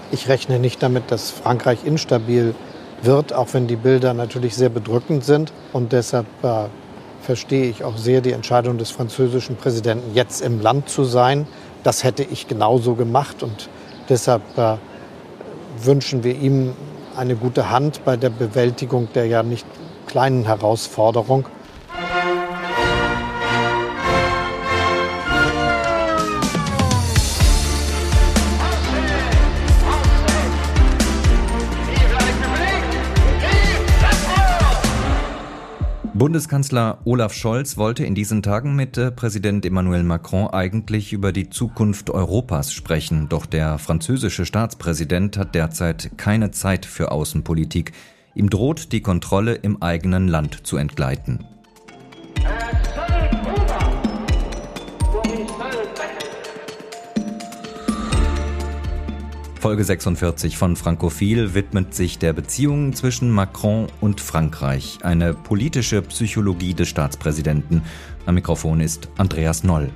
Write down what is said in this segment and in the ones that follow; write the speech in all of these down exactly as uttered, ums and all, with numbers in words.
Ich rechne nicht damit, dass Frankreich instabil wird, auch wenn die Bilder natürlich sehr bedrückend sind. Und deshalb äh, verstehe ich auch sehr die Entscheidung des französischen Präsidenten, jetzt im Land zu sein. Das hätte ich genauso gemacht. Und deshalb äh, wünschen wir ihm eine gute Hand bei der Bewältigung der ja nicht kleinen Herausforderung. Bundeskanzler Olaf Scholz wollte in diesen Tagen mit Präsident Emmanuel Macron eigentlich über die Zukunft Europas sprechen. Doch der französische Staatspräsident hat derzeit keine Zeit für Außenpolitik. Ihm droht die Kontrolle im eigenen Land zu entgleiten. Folge sechsundvierzig von Frankophil widmet sich der Beziehung zwischen Macron und Frankreich, eine politische Psychologie des Staatspräsidenten. Am Mikrofon ist Andreas Noll.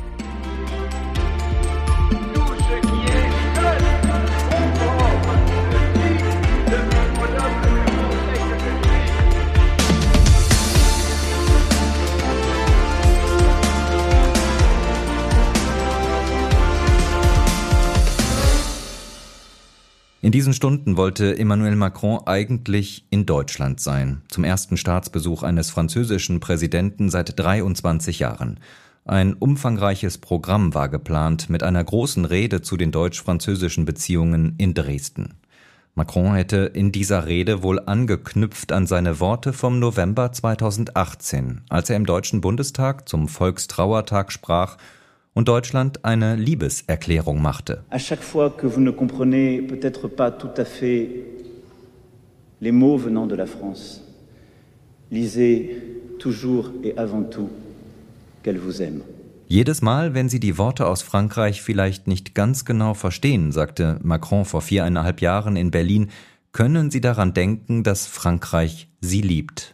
In diesen Stunden wollte Emmanuel Macron eigentlich in Deutschland sein, zum ersten Staatsbesuch eines französischen Präsidenten seit dreiundzwanzig Jahren. Ein umfangreiches Programm war geplant mit einer großen Rede zu den deutsch-französischen Beziehungen in Dresden. Macron hätte in dieser Rede wohl angeknüpft an seine Worte vom November zweitausendachtzehn, als er im Deutschen Bundestag zum Volkstrauertag sprach und Deutschland eine Liebeserklärung machte. À chaque fois que vous ne comprenez peut-être pas tout à fait les mots venant de la France, lisez toujours et avant tout qu'elle vous aime. Jedes Mal, wenn Sie die Worte aus Frankreich vielleicht nicht ganz genau verstehen, sagte Macron vor viereinhalb Jahren in Berlin, können Sie daran denken, dass Frankreich Sie liebt.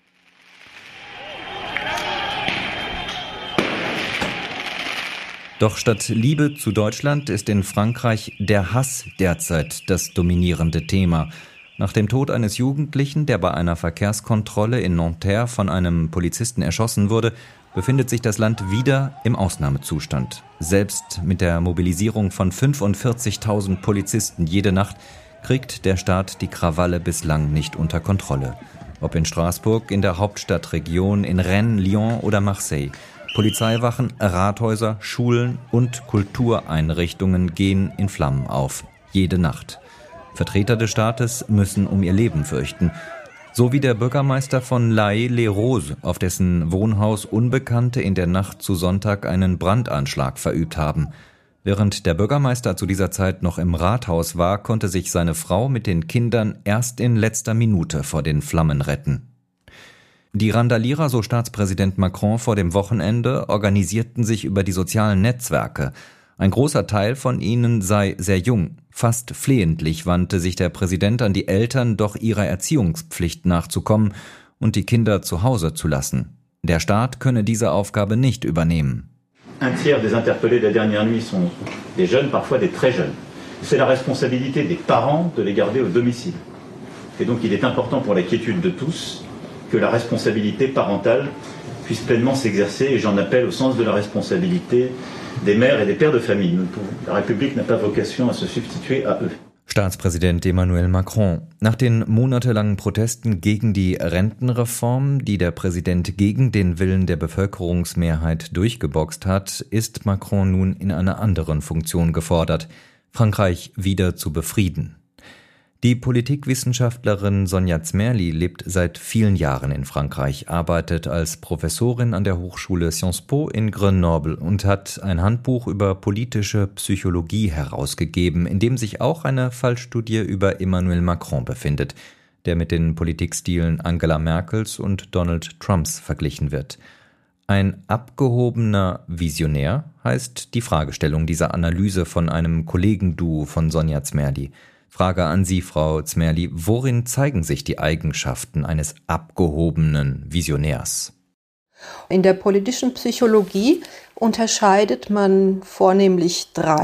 Doch statt Liebe zu Deutschland ist in Frankreich der Hass derzeit das dominierende Thema. Nach dem Tod eines Jugendlichen, der bei einer Verkehrskontrolle in Nanterre von einem Polizisten erschossen wurde, befindet sich das Land wieder im Ausnahmezustand. Selbst mit der Mobilisierung von fünfundvierzigtausend Polizisten jede Nacht kriegt der Staat die Krawalle bislang nicht unter Kontrolle. Ob in Straßburg, in der Hauptstadtregion, in Rennes, Lyon oder Marseille. Polizeiwachen, Rathäuser, Schulen und Kultureinrichtungen gehen in Flammen auf. Jede Nacht. Vertreter des Staates müssen um ihr Leben fürchten. So wie der Bürgermeister von L'Haÿ-les-Roses, auf dessen Wohnhaus Unbekannte in der Nacht zu Sonntag einen Brandanschlag verübt haben. Während der Bürgermeister zu dieser Zeit noch im Rathaus war, konnte sich seine Frau mit den Kindern erst in letzter Minute vor den Flammen retten. Die Randalierer, so Staatspräsident Macron vor dem Wochenende, organisierten sich über die sozialen Netzwerke. Ein großer Teil von ihnen sei sehr jung. Fast flehentlich wandte sich der Präsident an die Eltern, doch ihrer Erziehungspflicht nachzukommen und die Kinder zu Hause zu lassen. Der Staat könne diese Aufgabe nicht übernehmen. Un tiers des interpellés de la dernière nuit sont des jeunes, parfois des très jeunes. C'est la responsabilité des parents de les garder au domicile. Et donc il est important pour la quiétude de tous que la responsabilité parentale puisse pleinement s'exercer, et j'en appelle au sens de la responsabilité des mères et des pères de famille. La République n'a pas vocation à se substituer à eux. Staatspräsident Emmanuel Macron. Nach den monatelangen Protesten gegen die Rentenreform, die der Präsident gegen den Willen der Bevölkerungsmehrheit durchgeboxt hat, ist Macron nun in einer anderen Funktion gefordert, Frankreich wieder zu befrieden. Die Politikwissenschaftlerin Sonja Zmerli lebt seit vielen Jahren in Frankreich, arbeitet als Professorin an der Hochschule Sciences Po in Grenoble und hat ein Handbuch über politische Psychologie herausgegeben, in dem sich auch eine Fallstudie über Emmanuel Macron befindet, der mit den Politikstilen Angela Merkels und Donald Trumps verglichen wird. Ein abgehobener Visionär heißt die Fragestellung dieser Analyse von einem Kollegenduo von Sonja Zmerli. Frage an Sie, Frau Zmerli, worin zeigen sich die Eigenschaften eines abgehobenen Visionärs? In der politischen Psychologie unterscheidet man vornehmlich drei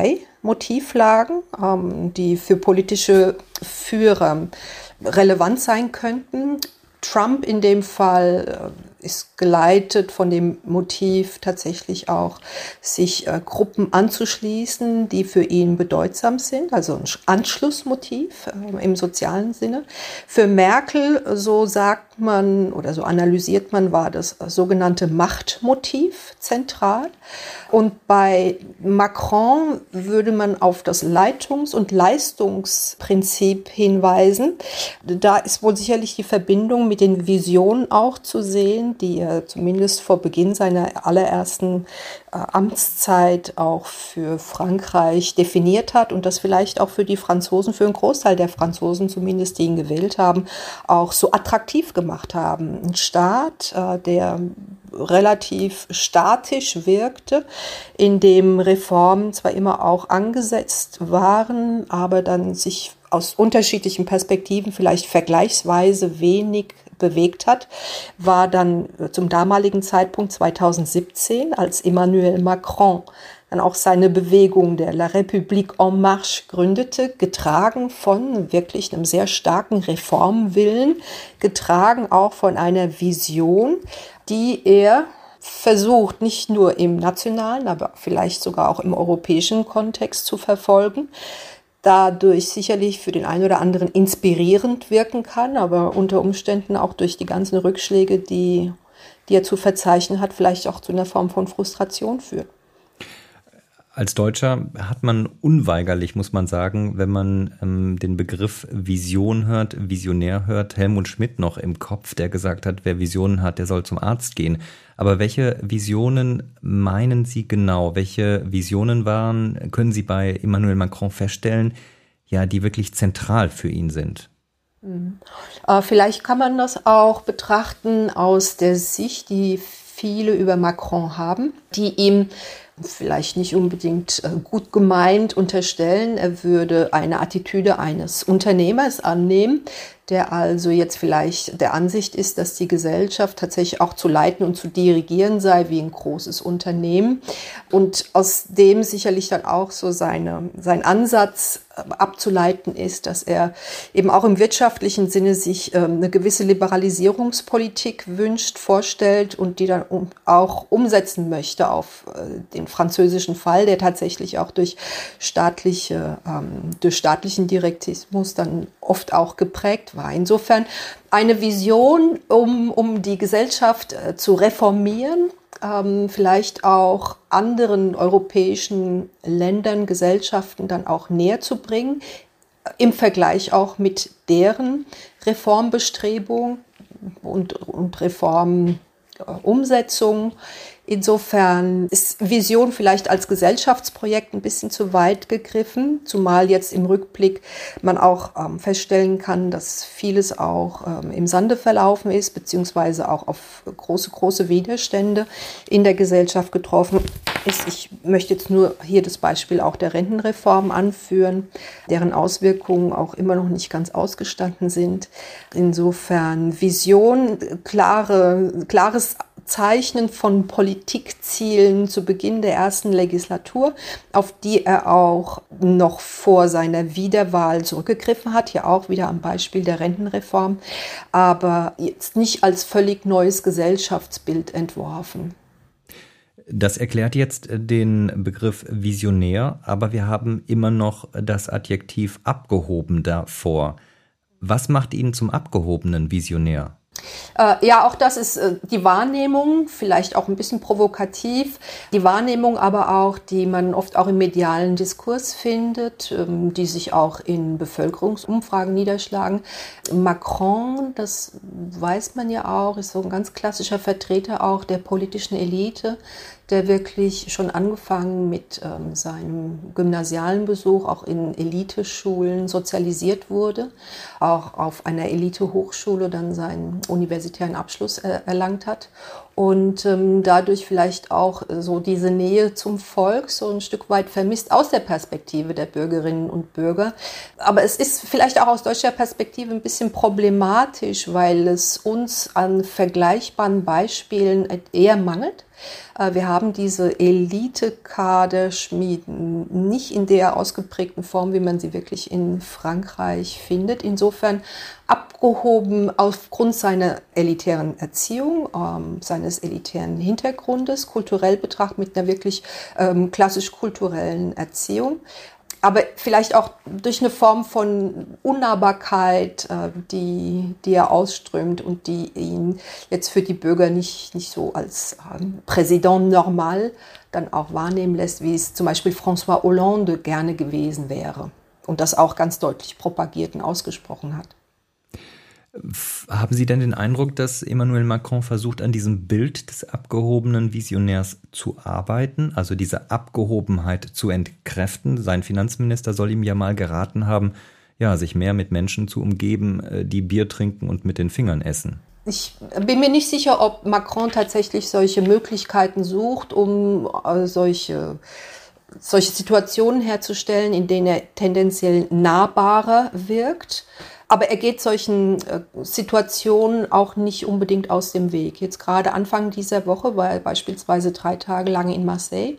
Motivlagen, ähm, die für politische Führer relevant sein könnten. Trump in dem Fall äh, ist geleitet von dem Motiv, tatsächlich auch sich äh, Gruppen anzuschließen, die für ihn bedeutsam sind, also ein Anschlussmotiv äh, im sozialen Sinne. Für Merkel, so sagt man oder so analysiert man, war das sogenannte Machtmotiv zentral. Und bei Macron würde man auf das Leitungs- und Leistungsprinzip hinweisen. Da ist wohl sicherlich die Verbindung mit den Visionen auch zu sehen, die er zumindest vor Beginn seiner allerersten äh, Amtszeit auch für Frankreich definiert hat und das vielleicht auch für die Franzosen, für einen Großteil der Franzosen zumindest, die ihn gewählt haben, auch so attraktiv gemacht haben. Ein Staat, äh, der relativ statisch wirkte, in dem Reformen zwar immer auch angesetzt waren, aber dann sich aus unterschiedlichen Perspektiven vielleicht vergleichsweise wenig bewegt hat, war dann zum damaligen Zeitpunkt zweitausendsiebzehn, als Emmanuel Macron dann auch seine Bewegung der La République en Marche gründete, getragen von wirklich einem sehr starken Reformwillen, getragen auch von einer Vision, die er versucht, nicht nur im nationalen, aber vielleicht sogar auch im europäischen Kontext zu verfolgen, dadurch sicherlich für den einen oder anderen inspirierend wirken kann, aber unter Umständen auch durch die ganzen Rückschläge, die, die er zu verzeichnen hat, vielleicht auch zu einer Form von Frustration führt. Als Deutscher hat man unweigerlich, muss man sagen, wenn man ähm, den Begriff Vision hört, Visionär hört, Helmut Schmidt noch im Kopf, der gesagt hat, wer Visionen hat, der soll zum Arzt gehen. Aber welche Visionen meinen Sie genau? Welche Visionen waren, können Sie bei Emmanuel Macron feststellen, ja, die wirklich zentral für ihn sind? Mhm. Äh, vielleicht kann man das auch betrachten aus der Sicht, die viele über Macron haben, die ihm vielleicht nicht unbedingt gut gemeint unterstellen, er würde eine Attitüde eines Unternehmers annehmen, der also jetzt vielleicht der Ansicht ist, dass die Gesellschaft tatsächlich auch zu leiten und zu dirigieren sei wie ein großes Unternehmen und aus dem sicherlich dann auch so seine, sein Ansatz abzuleiten ist, dass er eben auch im wirtschaftlichen Sinne sich eine gewisse Liberalisierungspolitik wünscht, vorstellt und die dann auch umsetzen möchte auf den französischen Fall, der tatsächlich auch durch staatliche, durch staatlichen Direktismus dann oft auch geprägt war. Insofern eine Vision, um, um die Gesellschaft äh, zu reformieren, ähm, vielleicht auch anderen europäischen Ländern, Gesellschaften dann auch näher zu bringen, im Vergleich auch mit deren Reformbestrebungen und, und Reformumsetzung. Insofern ist Vision vielleicht als Gesellschaftsprojekt ein bisschen zu weit gegriffen, zumal jetzt im Rückblick man auch ähm, feststellen kann, dass vieles auch ähm, im Sande verlaufen ist, beziehungsweise auch auf große, große Widerstände in der Gesellschaft getroffen ist. Ich möchte jetzt nur hier das Beispiel auch der Rentenreform anführen, deren Auswirkungen auch immer noch nicht ganz ausgestanden sind. Insofern Vision, klare, klares Zeichnen von Politikzielen zu Beginn der ersten Legislatur, auf die er auch noch vor seiner Wiederwahl zurückgegriffen hat, ja auch wieder am Beispiel der Rentenreform, aber jetzt nicht als völlig neues Gesellschaftsbild entworfen. Das erklärt jetzt den Begriff Visionär, aber wir haben immer noch das Adjektiv abgehoben davor. Was macht ihn zum abgehobenen Visionär? Äh, ja, auch das ist äh, die Wahrnehmung, vielleicht auch ein bisschen provokativ, die Wahrnehmung aber auch, die man oft auch im medialen Diskurs findet, ähm, die sich auch in Bevölkerungsumfragen niederschlagen. Macron, das weiß man ja auch, ist so ein ganz klassischer Vertreter auch der politischen Elite, der wirklich schon angefangen mit ähm, seinem gymnasialen Besuch auch in Eliteschulen sozialisiert wurde, auch auf einer Elite-Hochschule dann seinen universitären Abschluss äh, erlangt hat und ähm, dadurch vielleicht auch so diese Nähe zum Volk so ein Stück weit vermisst aus der Perspektive der Bürgerinnen und Bürger. Aber es ist vielleicht auch aus deutscher Perspektive ein bisschen problematisch, weil es uns an vergleichbaren Beispielen eher mangelt. Wir haben diese Elite-Kaderschmieden nicht in der ausgeprägten Form, wie man sie wirklich in Frankreich findet. Insofern abgehoben aufgrund seiner elitären Erziehung, ähm, seines elitären Hintergrundes, kulturell betrachtet mit einer wirklich ähm, klassisch-kulturellen Erziehung. Aber vielleicht auch durch eine Form von Unnahbarkeit, äh, die, die er ausströmt und die ihn jetzt für die Bürger nicht, nicht so als ähm, Präsident normal dann auch wahrnehmen lässt, wie es zum Beispiel François Hollande gerne gewesen wäre und das auch ganz deutlich propagiert und ausgesprochen hat. Haben Sie denn den Eindruck, dass Emmanuel Macron versucht, an diesem Bild des abgehobenen Visionärs zu arbeiten, also diese Abgehobenheit zu entkräften? Sein Finanzminister soll ihm ja mal geraten haben, ja, sich mehr mit Menschen zu umgeben, die Bier trinken und mit den Fingern essen. Ich bin mir nicht sicher, ob Macron tatsächlich solche Möglichkeiten sucht, um äh, solche solche Situationen herzustellen, in denen er tendenziell nahbarer wirkt. Aber er geht solchen äh, Situationen auch nicht unbedingt aus dem Weg. Jetzt gerade Anfang dieser Woche war er beispielsweise drei Tage lang in Marseille,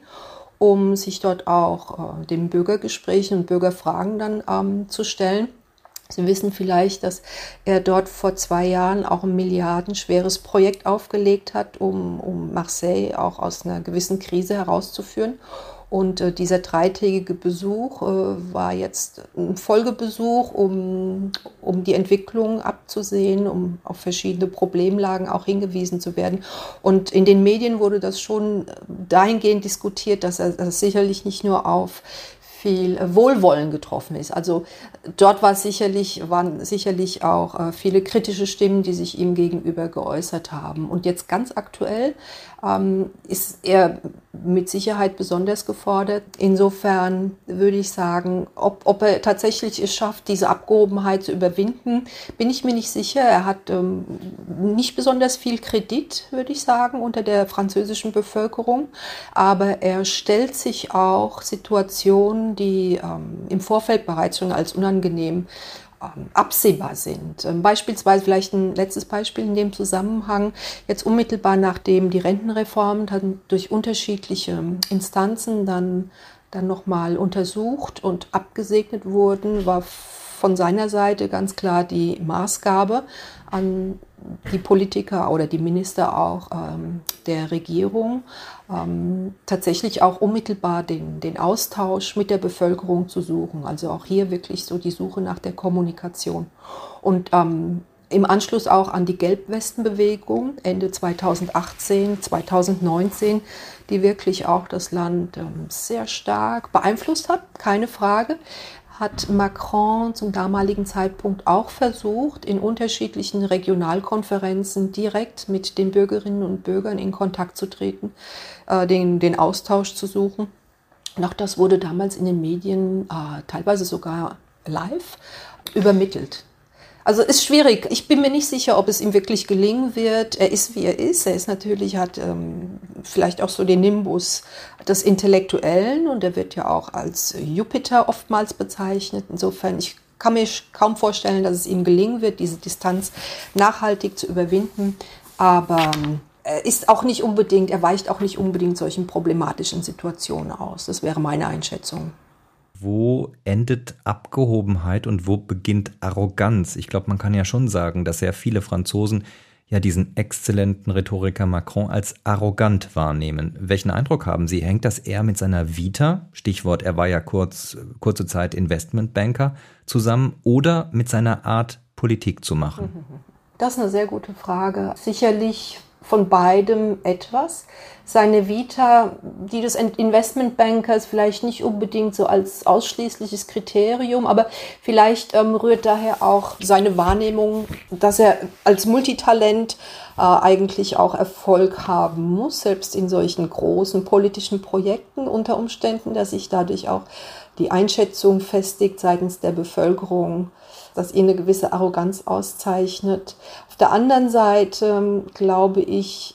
um sich dort auch äh, den Bürgergesprächen und Bürgerfragen dann ähm, zu stellen. Sie wissen vielleicht, dass er dort vor zwei Jahren auch ein milliardenschweres Projekt aufgelegt hat, um, um Marseille auch aus einer gewissen Krise herauszuführen. Und äh, dieser dreitägige Besuch äh, war jetzt ein Folgebesuch, um, um die Entwicklung abzusehen, um auf verschiedene Problemlagen auch hingewiesen zu werden. Und in den Medien wurde das schon dahingehend diskutiert, dass er das sicherlich nicht nur auf viel Wohlwollen getroffen ist. Also dort war sicherlich, waren sicherlich auch äh, viele kritische Stimmen, die sich ihm gegenüber geäußert haben. Und jetzt ganz aktuell ähm, ist er mit Sicherheit besonders gefordert. Insofern würde ich sagen, ob, ob er tatsächlich es schafft, diese Abgehobenheit zu überwinden, bin ich mir nicht sicher. Er hat ähm, nicht besonders viel Kredit, würde ich sagen, unter der französischen Bevölkerung. Aber er stellt sich auch Situationen, die ähm, im Vorfeld bereits schon als unangenehm ähm, absehbar sind. Ähm, beispielsweise vielleicht ein letztes Beispiel in dem Zusammenhang. Jetzt unmittelbar nachdem die Rentenreform dann durch unterschiedliche Instanzen dann, dann nochmal untersucht und abgesegnet wurden, war von seiner Seite ganz klar die Maßgabe an die Politiker oder die Minister auch ähm, der Regierung, ähm, tatsächlich auch unmittelbar den, den Austausch mit der Bevölkerung zu suchen. Also auch hier wirklich so die Suche nach der Kommunikation. Und ähm, im Anschluss auch an die Gelbwestenbewegung Ende zweitausendachtzehn, zweitausendneunzehn, die wirklich auch das Land ähm, sehr stark beeinflusst hat, keine Frage, hat Macron zum damaligen Zeitpunkt auch versucht, in unterschiedlichen Regionalkonferenzen direkt mit den Bürgerinnen und Bürgern in Kontakt zu treten, äh, den, den Austausch zu suchen. Und auch das wurde damals in den Medien, äh, teilweise sogar live, übermittelt. Also ist schwierig. Ich bin mir nicht sicher, ob es ihm wirklich gelingen wird. Er ist, wie er ist. Er ist natürlich, hat ähm, vielleicht auch so den Nimbus des Intellektuellen und er wird ja auch als Jupiter oftmals bezeichnet. Insofern, ich kann mir kaum vorstellen, dass es ihm gelingen wird, diese Distanz nachhaltig zu überwinden. Aber er ist auch nicht unbedingt, er weicht auch nicht unbedingt solchen problematischen Situationen aus. Das wäre meine Einschätzung. Wo endet Abgehobenheit und wo beginnt Arroganz? Ich glaube, man kann ja schon sagen, dass sehr viele Franzosen ja diesen exzellenten Rhetoriker Macron als arrogant wahrnehmen. Welchen Eindruck haben Sie? Hängt das eher mit seiner Vita, Stichwort, er war ja kurz, kurze Zeit Investmentbanker, zusammen oder mit seiner Art, Politik zu machen? Das ist eine sehr gute Frage. Sicherlich von beidem etwas. Seine Vita, die des Investmentbankers vielleicht nicht unbedingt so als ausschließliches Kriterium, aber vielleicht ähm, rührt daher auch seine Wahrnehmung, dass er als Multitalent äh, eigentlich auch Erfolg haben muss, selbst in solchen großen politischen Projekten unter Umständen, dass sich dadurch auch die Einschätzung festigt seitens der Bevölkerung, dass ihn eine gewisse Arroganz auszeichnet. Auf der anderen Seite ähm, glaube ich,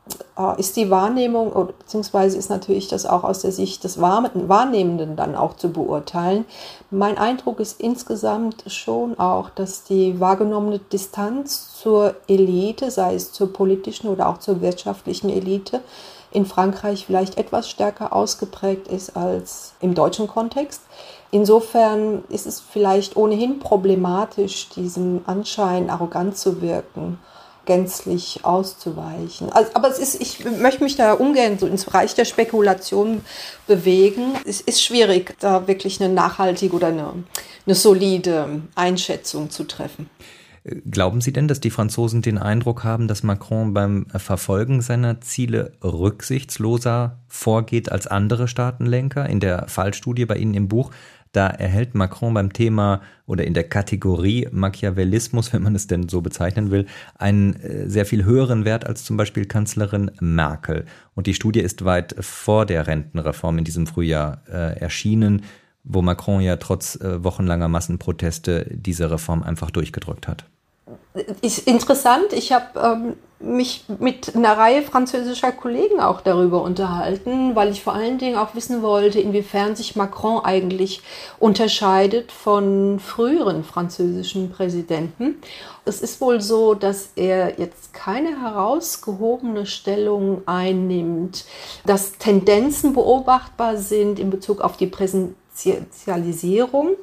ist die Wahrnehmung, beziehungsweise ist natürlich das auch aus der Sicht des Wahrnehmenden dann auch zu beurteilen. Mein Eindruck ist insgesamt schon auch, dass die wahrgenommene Distanz zur Elite, sei es zur politischen oder auch zur wirtschaftlichen Elite, in Frankreich vielleicht etwas stärker ausgeprägt ist als im deutschen Kontext. Insofern ist es vielleicht ohnehin problematisch, diesem Anschein arrogant zu wirken, gänzlich auszuweichen. Also, aber es ist, ich möchte mich da ungern so ins Reich der Spekulation bewegen. Es ist schwierig, da wirklich eine nachhaltige oder eine, eine solide Einschätzung zu treffen. Glauben Sie denn, dass die Franzosen den Eindruck haben, dass Macron beim Verfolgen seiner Ziele rücksichtsloser vorgeht als andere Staatenlenker? In der Fallstudie bei Ihnen im Buch, da erhält Macron beim Thema oder in der Kategorie Machiavellismus, wenn man es denn so bezeichnen will, einen sehr viel höheren Wert als zum Beispiel Kanzlerin Merkel. Und die Studie ist weit vor der Rentenreform in diesem Frühjahr äh, erschienen, wo Macron ja trotz äh, wochenlanger Massenproteste diese Reform einfach durchgedrückt hat. Ist interessant. Ich habe ähm, mich mit einer Reihe französischer Kollegen auch darüber unterhalten, weil ich vor allen Dingen auch wissen wollte, inwiefern sich Macron eigentlich unterscheidet von früheren französischen Präsidenten. Es ist wohl so, dass er jetzt keine herausgehobene Stellung einnimmt, dass Tendenzen beobachtbar sind in Bezug auf die Präsidentialisierung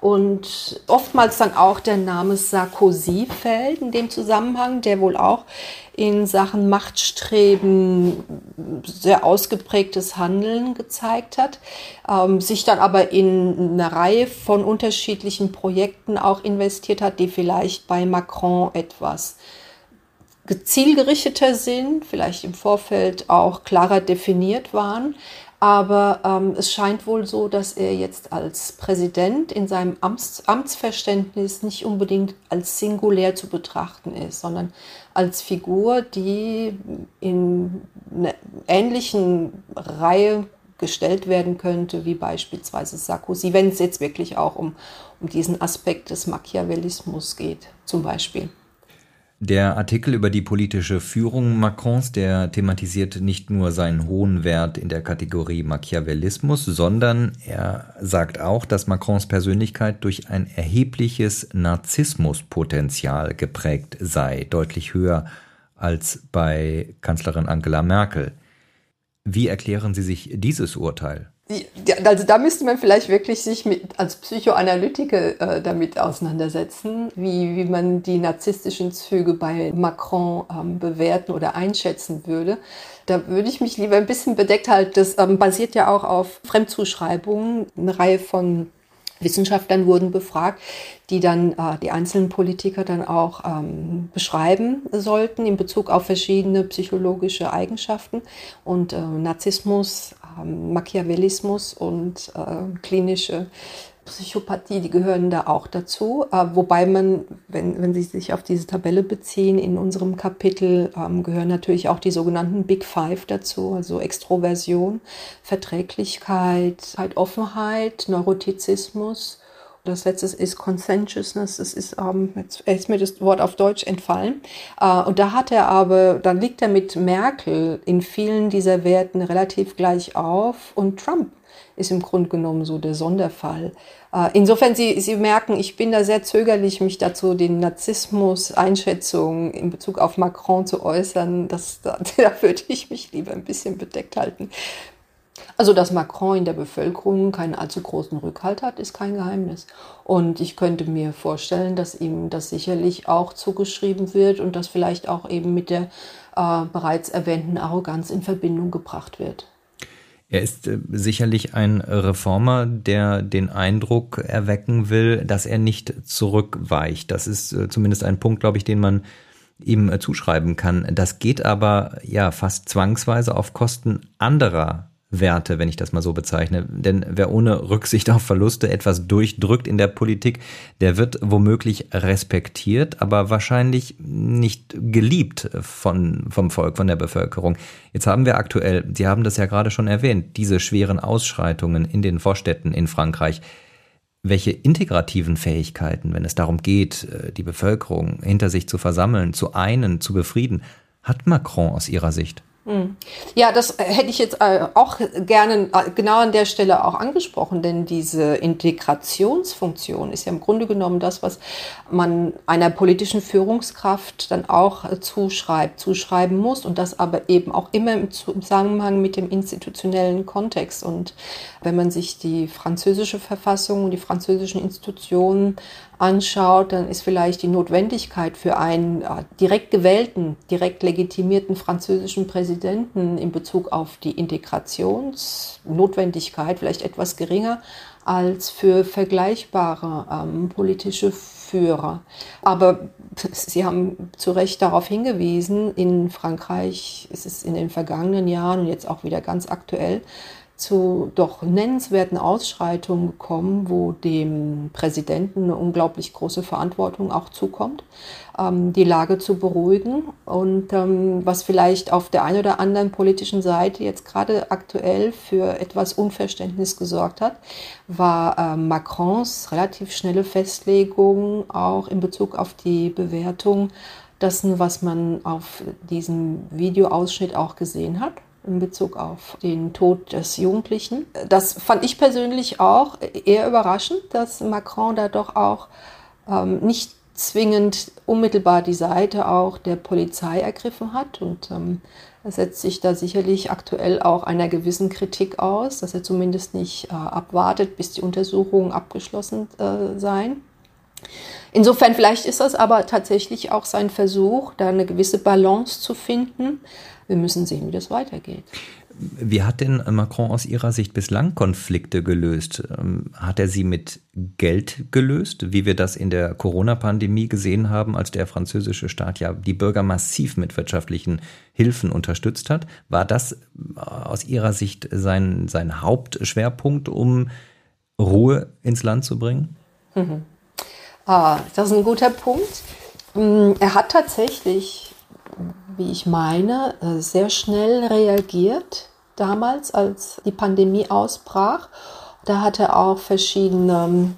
und oftmals dann auch der Name Sarkozy fällt in dem Zusammenhang, der wohl auch in Sachen Machtstreben sehr ausgeprägtes Handeln gezeigt hat, ähm, sich dann aber in eine Reihe von unterschiedlichen Projekten auch investiert hat, die vielleicht bei Macron etwas zielgerichteter sind, vielleicht im Vorfeld auch klarer definiert waren. Aber ähm, es scheint wohl so, dass er jetzt als Präsident in seinem Amts, Amtsverständnis nicht unbedingt als singulär zu betrachten ist, sondern als Figur, die in einer ähnlichen Reihe gestellt werden könnte, wie beispielsweise Sarkozy, wenn es jetzt wirklich auch um, um diesen Aspekt des Machiavellismus geht, zum Beispiel. Der Artikel über die politische Führung Macrons, der thematisiert nicht nur seinen hohen Wert in der Kategorie Machiavellismus, sondern er sagt auch, dass Macrons Persönlichkeit durch ein erhebliches Narzissmuspotenzial geprägt sei, deutlich höher als bei Kanzlerin Angela Merkel. Wie erklären Sie sich dieses Urteil? Also da müsste man vielleicht wirklich sich mit, als Psychoanalytiker äh, damit auseinandersetzen, wie, wie man die narzisstischen Züge bei Macron ähm, bewerten oder einschätzen würde. Da würde ich mich lieber ein bisschen bedeckt halten. Das ähm, basiert ja auch auf Fremdzuschreibungen. Eine Reihe von Wissenschaftlern wurden befragt, die dann äh, die einzelnen Politiker dann auch ähm, beschreiben sollten in Bezug auf verschiedene psychologische Eigenschaften. Und äh, Narzissmus, äh, Machiavellismus und äh, klinische Psychopathie, die gehören da auch dazu. Äh, wobei man, wenn, wenn Sie sich auf diese Tabelle beziehen, in unserem Kapitel ähm, gehören natürlich auch die sogenannten Big Five dazu, also Extroversion, Verträglichkeit, Offenheit, Neurotizismus. Das letzte ist Conscientiousness, das ist, ähm, jetzt ist mir das Wort auf Deutsch entfallen. Äh, und da hat er aber, dann liegt er mit Merkel in vielen dieser Werten relativ gleich auf und Trump ist im Grunde genommen so der Sonderfall. Äh, insofern, Sie, Sie merken, ich bin da sehr zögerlich, mich dazu den Narzissmus-Einschätzungen in Bezug auf Macron zu äußern. Das, da, da würde ich mich lieber ein bisschen bedeckt halten. Also, dass Macron in der Bevölkerung keinen allzu großen Rückhalt hat, ist kein Geheimnis. Und ich könnte mir vorstellen, dass ihm das sicherlich auch zugeschrieben wird und das vielleicht auch eben mit der äh, bereits erwähnten Arroganz in Verbindung gebracht wird. Er ist äh, sicherlich ein Reformer, der den Eindruck erwecken will, dass er nicht zurückweicht. Das ist äh, zumindest ein Punkt, glaube ich, den man ihm äh, zuschreiben kann. Das geht aber ja fast zwangsweise auf Kosten anderer Werte, wenn ich das mal so bezeichne. Denn wer ohne Rücksicht auf Verluste etwas durchdrückt in der Politik, der wird womöglich respektiert, aber wahrscheinlich nicht geliebt von, vom Volk, von der Bevölkerung. Jetzt haben wir aktuell, Sie haben das ja gerade schon erwähnt, diese schweren Ausschreitungen in den Vorstädten in Frankreich. Welche integrativen Fähigkeiten, wenn es darum geht, die Bevölkerung hinter sich zu versammeln, zu einen, zu befrieden, hat Macron aus Ihrer Sicht? Ja, das hätte ich jetzt auch gerne genau an der Stelle auch angesprochen, denn diese Integrationsfunktion ist ja im Grunde genommen das, was man einer politischen Führungskraft dann auch zuschreibt, zuschreiben muss und das aber eben auch immer im Zusammenhang mit dem institutionellen Kontext. Und wenn man sich die französische Verfassung und die französischen Institutionen anschaut, dann ist vielleicht die Notwendigkeit für einen direkt gewählten, direkt legitimierten französischen Präsidenten in Bezug auf die Integrationsnotwendigkeit vielleicht etwas geringer als für vergleichbare ähm, politische Führer. Aber Sie haben zu Recht darauf hingewiesen, in Frankreich ist es in den vergangenen Jahren und jetzt auch wieder ganz aktuell zu doch nennenswerten Ausschreitungen gekommen, wo dem Präsidenten eine unglaublich große Verantwortung auch zukommt, ähm, die Lage zu beruhigen. Und ähm, was vielleicht auf der einen oder anderen politischen Seite jetzt gerade aktuell für etwas Unverständnis gesorgt hat, war äh, Macrons relativ schnelle Festlegung auch in Bezug auf die Bewertung dessen, was man auf diesem Videoausschnitt auch gesehen hat, in Bezug auf den Tod des Jugendlichen. Das fand ich persönlich auch eher überraschend, dass Macron da doch auch ähm, nicht zwingend unmittelbar die Seite auch der Polizei ergriffen hat. Und ähm, er setzt sich da sicherlich aktuell auch einer gewissen Kritik aus, dass er zumindest nicht äh, abwartet, bis die Untersuchungen abgeschlossen äh, seien. Insofern vielleicht ist das aber tatsächlich auch sein Versuch, da eine gewisse Balance zu finden. Wir müssen sehen, wie das weitergeht. Wie hat denn Macron aus Ihrer Sicht bislang Konflikte gelöst? Hat er sie mit Geld gelöst, wie wir das in der Corona-Pandemie gesehen haben, als der französische Staat ja die Bürger massiv mit wirtschaftlichen Hilfen unterstützt hat? War das aus Ihrer Sicht sein, sein Hauptschwerpunkt, um Ruhe ins Land zu bringen? Mhm. Ah, das ist ein guter Punkt. Er hat tatsächlich, wie ich meine, sehr schnell reagiert, damals, als die Pandemie ausbrach. Da hat er auch verschiedene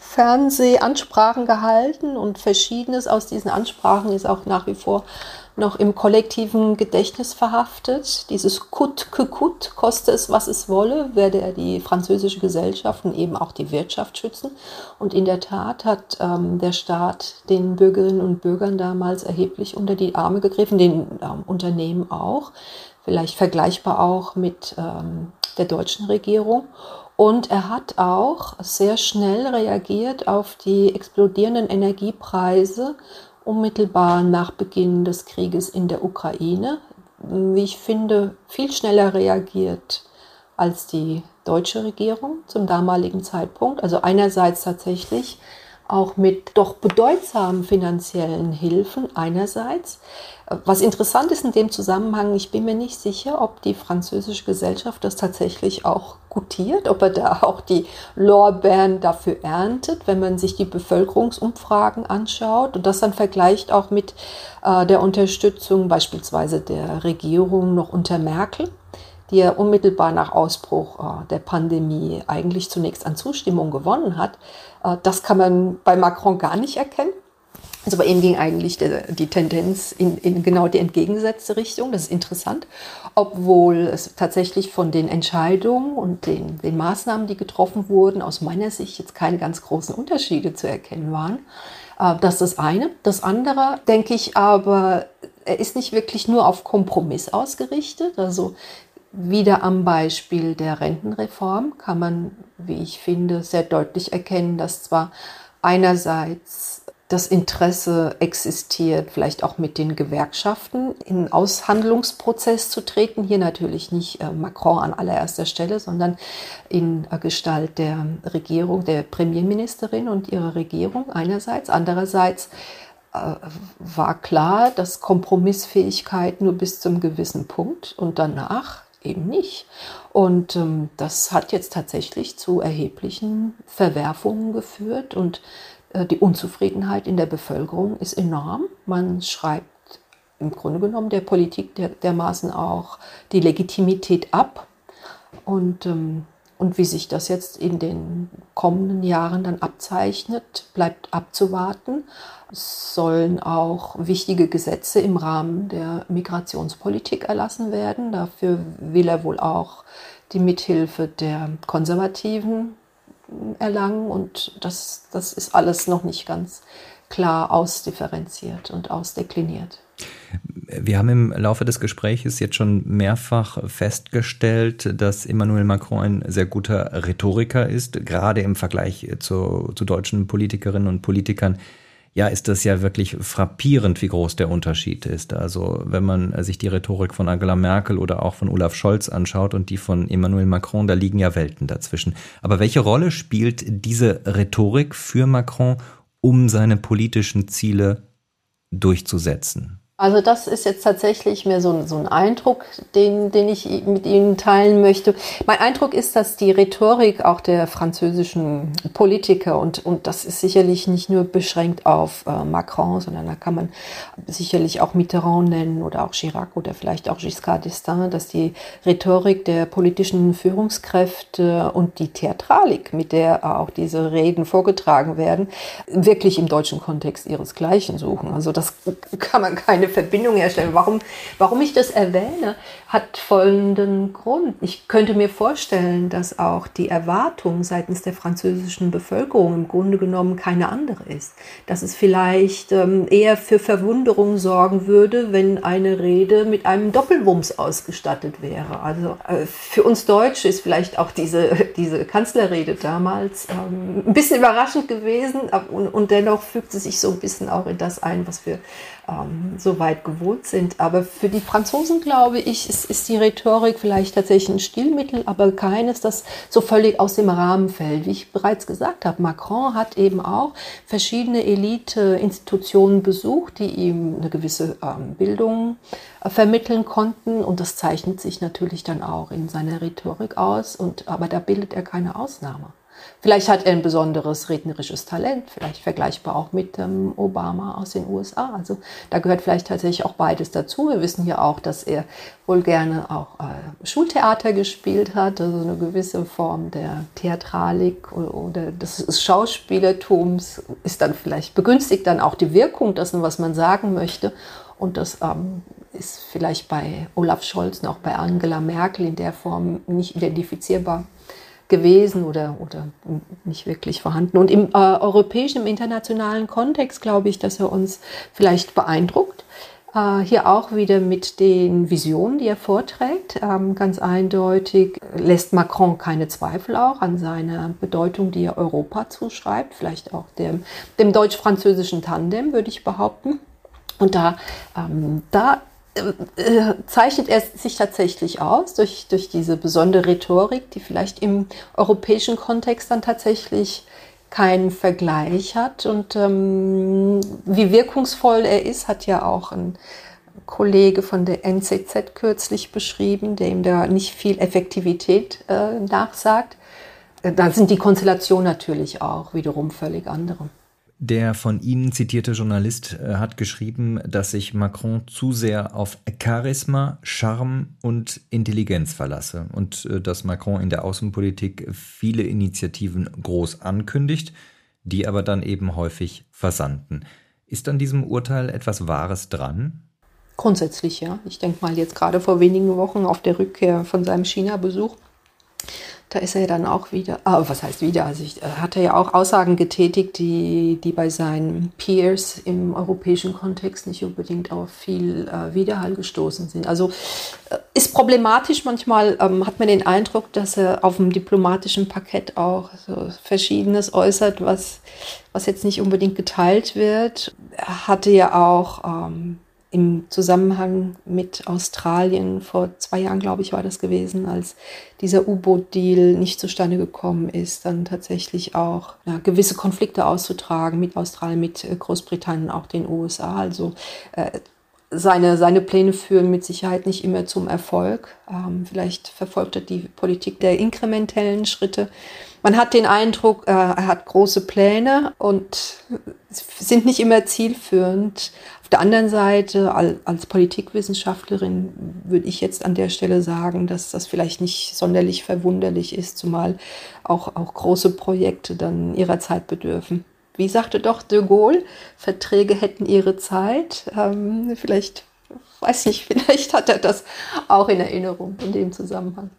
Fernsehansprachen gehalten und Verschiedenes aus diesen Ansprachen ist auch nach wie vor noch im kollektiven Gedächtnis verhaftet. Dieses Coûte que coûte, koste es, was es wolle, werde er die französische Gesellschaft und eben auch die Wirtschaft schützen. Und in der Tat hat ähm, der Staat den Bürgerinnen und Bürgern damals erheblich unter die Arme gegriffen, den ähm, Unternehmen auch, vielleicht vergleichbar auch mit ähm, der deutschen Regierung. Und er hat auch sehr schnell reagiert auf die explodierenden Energiepreise unmittelbar nach Beginn des Krieges in der Ukraine. Wie ich finde, viel schneller reagiert als die deutsche Regierung zum damaligen Zeitpunkt. Also einerseits tatsächlich auch mit doch bedeutsamen finanziellen Hilfen einerseits. Was interessant ist in dem Zusammenhang, ich bin mir nicht sicher, ob die französische Gesellschaft das tatsächlich auch gutiert, ob er da auch die Lorbeeren dafür erntet, wenn man sich die Bevölkerungsumfragen anschaut und das dann vergleicht auch mit äh, der Unterstützung beispielsweise der Regierung noch unter Merkel, die ja unmittelbar nach Ausbruch äh, der Pandemie eigentlich zunächst an Zustimmung gewonnen hat. Äh, das kann man bei Macron gar nicht erkennen. Also bei ihm ging eigentlich der, die Tendenz in, in genau die entgegengesetzte Richtung. Das ist interessant, obwohl es tatsächlich von den Entscheidungen und den, den Maßnahmen, die getroffen wurden, aus meiner Sicht jetzt keine ganz großen Unterschiede zu erkennen waren. Äh, das ist das eine. Das andere, denke ich aber, er ist nicht wirklich nur auf Kompromiss ausgerichtet. Also wieder am Beispiel der Rentenreform kann man, wie ich finde, sehr deutlich erkennen, dass zwar einerseits das Interesse existiert, vielleicht auch mit den Gewerkschaften in einen Aushandlungsprozess zu treten. Hier natürlich nicht äh, Macron an allererster Stelle, sondern in äh, Gestalt der Regierung, der Premierministerin und ihrer Regierung einerseits. Andererseits äh, war klar, dass Kompromissfähigkeit nur bis zum gewissen Punkt und danach eben nicht. Und ähm, das hat jetzt tatsächlich zu erheblichen Verwerfungen geführt und äh, die Unzufriedenheit in der Bevölkerung ist enorm. Man schreibt im Grunde genommen der Politik der, dermaßen auch die Legitimität ab. Und ähm, Und wie sich das jetzt in den kommenden Jahren dann abzeichnet, bleibt abzuwarten. Es sollen auch wichtige Gesetze im Rahmen der Migrationspolitik erlassen werden. Dafür will er wohl auch die Mithilfe der Konservativen erlangen. Und das, das ist alles noch nicht ganz klar ausdifferenziert und ausdekliniert. Wir haben im Laufe des Gespräches jetzt schon mehrfach festgestellt, dass Emmanuel Macron ein sehr guter Rhetoriker ist, gerade im Vergleich zu, zu deutschen Politikerinnen und Politikern. Ja, ist das ja wirklich frappierend, wie groß der Unterschied ist. Also wenn man sich die Rhetorik von Angela Merkel oder auch von Olaf Scholz anschaut und die von Emmanuel Macron, da liegen ja Welten dazwischen. Aber welche Rolle spielt diese Rhetorik für Macron, um seine politischen Ziele durchzusetzen? Also das ist jetzt tatsächlich mehr so ein, so ein Eindruck, den, den ich mit Ihnen teilen möchte. Mein Eindruck ist, dass die Rhetorik auch der französischen Politiker, und, und das ist sicherlich nicht nur beschränkt auf äh, Macron, sondern da kann man sicherlich auch Mitterrand nennen oder auch Chirac oder vielleicht auch Giscard d'Estaing, dass die Rhetorik der politischen Führungskräfte und die Theatralik, mit der auch diese Reden vorgetragen werden, wirklich im deutschen Kontext ihresgleichen suchen. Also das kann man keine Verbindung herstellen. Warum, warum ich das erwähne, hat folgenden Grund. Ich könnte mir vorstellen, dass auch die Erwartung seitens der französischen Bevölkerung im Grunde genommen keine andere ist. Dass es vielleicht ähm, eher für Verwunderung sorgen würde, wenn eine Rede mit einem Doppelwumms ausgestattet wäre. Also äh, für uns Deutsche ist vielleicht auch diese, diese Kanzlerrede damals ähm, ein bisschen überraschend gewesen, und, und dennoch fügt sie sich so ein bisschen auch in das ein, was wir ähm, so weit gewohnt sind. Aber für die Franzosen, glaube ich, ist, ist die Rhetorik vielleicht tatsächlich ein Stilmittel, aber keines, das so völlig aus dem Rahmen fällt. Wie ich bereits gesagt habe, Macron hat eben auch verschiedene Elite-Institutionen besucht, die ihm eine gewisse ähm, Bildung äh, vermitteln konnten, und das zeichnet sich natürlich dann auch in seiner Rhetorik aus, und, aber da bildet er keine Ausnahme. Vielleicht hat er ein besonderes rednerisches Talent, vielleicht vergleichbar auch mit ähm, Obama aus den U S A. Also da gehört vielleicht tatsächlich auch beides dazu. Wir wissen ja auch, dass er wohl gerne auch äh, Schultheater gespielt hat, also eine gewisse Form der Theatralik oder, oder des Schauspielertums ist dann vielleicht begünstigt dann auch die Wirkung dessen, was man sagen möchte. Und das ähm, ist vielleicht bei Olaf Scholz und auch bei Angela Merkel in der Form nicht identifizierbar gewesen oder, oder nicht wirklich vorhanden. Und im äh, europäischen, im internationalen Kontext glaube ich, dass er uns vielleicht beeindruckt. Äh, hier auch wieder mit den Visionen, die er vorträgt. Ähm, ganz eindeutig lässt Macron keine Zweifel auch an seiner Bedeutung, die er Europa zuschreibt. Vielleicht auch dem, dem deutsch-französischen Tandem, würde ich behaupten. Und da, ähm, da zeichnet er sich tatsächlich aus durch, durch diese besondere Rhetorik, die vielleicht im europäischen Kontext dann tatsächlich keinen Vergleich hat. Und ähm, wie wirkungsvoll er ist, hat ja auch ein Kollege von der N Z Z kürzlich beschrieben, der ihm da nicht viel Effektivität äh, nachsagt. Da sind die Konstellationen natürlich auch wiederum völlig andere. Der von Ihnen zitierte Journalist hat geschrieben, dass sich Macron zu sehr auf Charisma, Charme und Intelligenz verlasse und dass Macron in der Außenpolitik viele Initiativen groß ankündigt, die aber dann eben häufig versanden. Ist an diesem Urteil etwas Wahres dran? Grundsätzlich ja. Ich denke mal jetzt gerade vor wenigen Wochen auf der Rückkehr von seinem China-Besuch, da ist er ja dann auch wieder, ah, was heißt wieder, also ich, hat er ja auch Aussagen getätigt, die, die bei seinen Peers im europäischen Kontext nicht unbedingt auf viel äh, Widerhall gestoßen sind. Also äh, ist problematisch, manchmal ähm, hat man den Eindruck, dass er auf dem diplomatischen Parkett auch so Verschiedenes äußert, was, was jetzt nicht unbedingt geteilt wird. Er hatte ja auch ähm, im Zusammenhang mit Australien, vor zwei Jahren, glaube ich, war das gewesen, als dieser U-Boot-Deal nicht zustande gekommen ist, dann tatsächlich auch ja, gewisse Konflikte auszutragen mit Australien, mit Großbritannien, auch den U S A. Also äh, seine, seine Pläne führen mit Sicherheit nicht immer zum Erfolg. Ähm, vielleicht verfolgt er die Politik der inkrementellen Schritte. Man hat den Eindruck, äh, er hat große Pläne und sind nicht immer zielführend. Auf der anderen Seite, als Politikwissenschaftlerin würde ich jetzt an der Stelle sagen, dass das vielleicht nicht sonderlich verwunderlich ist, zumal auch, auch große Projekte dann ihrer Zeit bedürfen. Wie sagte doch de Gaulle, Verträge hätten ihre Zeit. Ähm, vielleicht, weiß nicht, vielleicht hat er das auch in Erinnerung in dem Zusammenhang.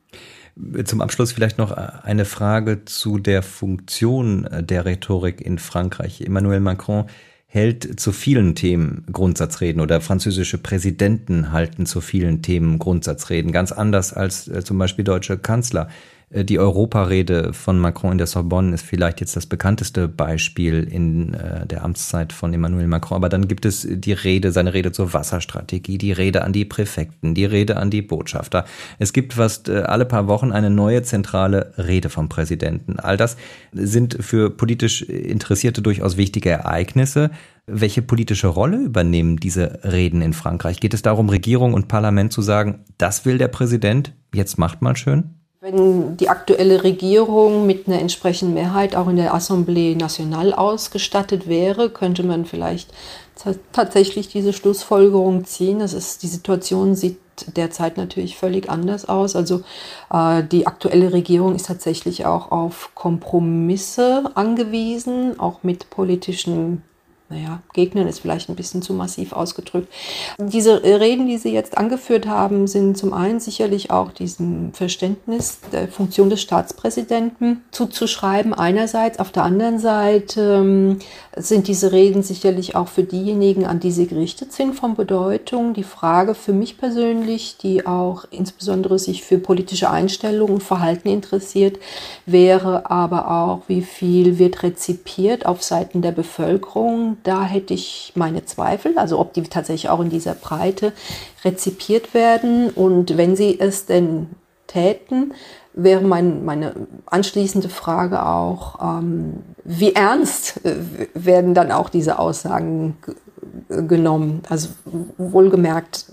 Zum Abschluss vielleicht noch eine Frage zu der Funktion der Rhetorik in Frankreich. Emmanuel Macron hält zu vielen Themen Grundsatzreden oder französische Präsidenten halten zu vielen Themen Grundsatzreden, ganz anders als äh, zum Beispiel deutsche Kanzler. Äh, die Europarede von Macron in der Sorbonne ist vielleicht jetzt das bekannteste Beispiel in äh, der Amtszeit von Emmanuel Macron, aber dann gibt es die Rede, seine Rede zur Wasserstrategie, die Rede an die Präfekten, die Rede an die Botschafter. Es gibt fast äh, alle paar Wochen eine neue zentrale Rede vom Präsidenten. All das sind für politisch Interessierte durchaus wichtige Ereignisse. Welche politische Rolle übernehmen diese Reden in Frankreich? Geht es darum, Regierung und Parlament zu sagen, das will der Präsident, jetzt macht mal schön? Wenn die aktuelle Regierung mit einer entsprechenden Mehrheit auch in der Assemblée Nationale ausgestattet wäre, könnte man vielleicht t- tatsächlich diese Schlussfolgerung ziehen. Das ist, die Situation sieht derzeit natürlich völlig anders aus. Also äh, die aktuelle Regierung ist tatsächlich auch auf Kompromisse angewiesen, auch mit politischen Naja, Gegnern ist vielleicht ein bisschen zu massiv ausgedrückt. Diese Reden, die Sie jetzt angeführt haben, sind zum einen sicherlich auch diesem Verständnis der Funktion des Staatspräsidenten zuzuschreiben einerseits. Auf der anderen Seite ähm, sind diese Reden sicherlich auch für diejenigen, an die sie gerichtet sind, von Bedeutung. Die Frage für mich persönlich, die auch insbesondere sich für politische Einstellungen und Verhalten interessiert, wäre aber auch, wie viel wird rezipiert auf Seiten der Bevölkerung. Da hätte ich meine Zweifel, also ob die tatsächlich auch in dieser Breite rezipiert werden. Und wenn sie es denn täten, wäre mein, meine anschließende Frage auch, ähm, wie ernst äh, werden dann auch diese Aussagen g- genommen? Also wohlgemerkt,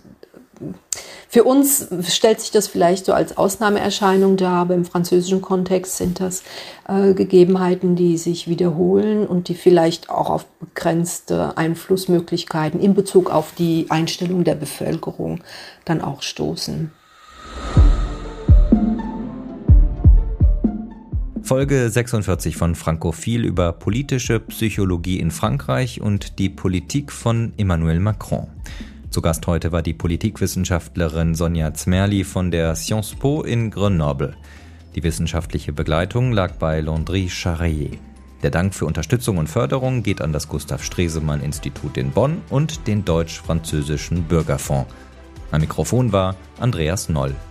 für uns stellt sich das vielleicht so als Ausnahmeerscheinung dar, aber im französischen Kontext sind das äh, Gegebenheiten, die sich wiederholen und die vielleicht auch auf begrenzte Einflussmöglichkeiten in Bezug auf die Einstellung der Bevölkerung dann auch stoßen. Folge sechsundvierzig von Frankophil über politische Psychologie in Frankreich und die Politik von Emmanuel Macron. Zu Gast heute war die Politikwissenschaftlerin Sonja Zmerli von der Sciences Po in Grenoble. Die wissenschaftliche Begleitung lag bei Landry Charrier. Der Dank für Unterstützung und Förderung geht an das Gustav-Stresemann-Institut in Bonn und den Deutsch-Französischen Bürgerfonds. Am Mikrofon war Andreas Noll.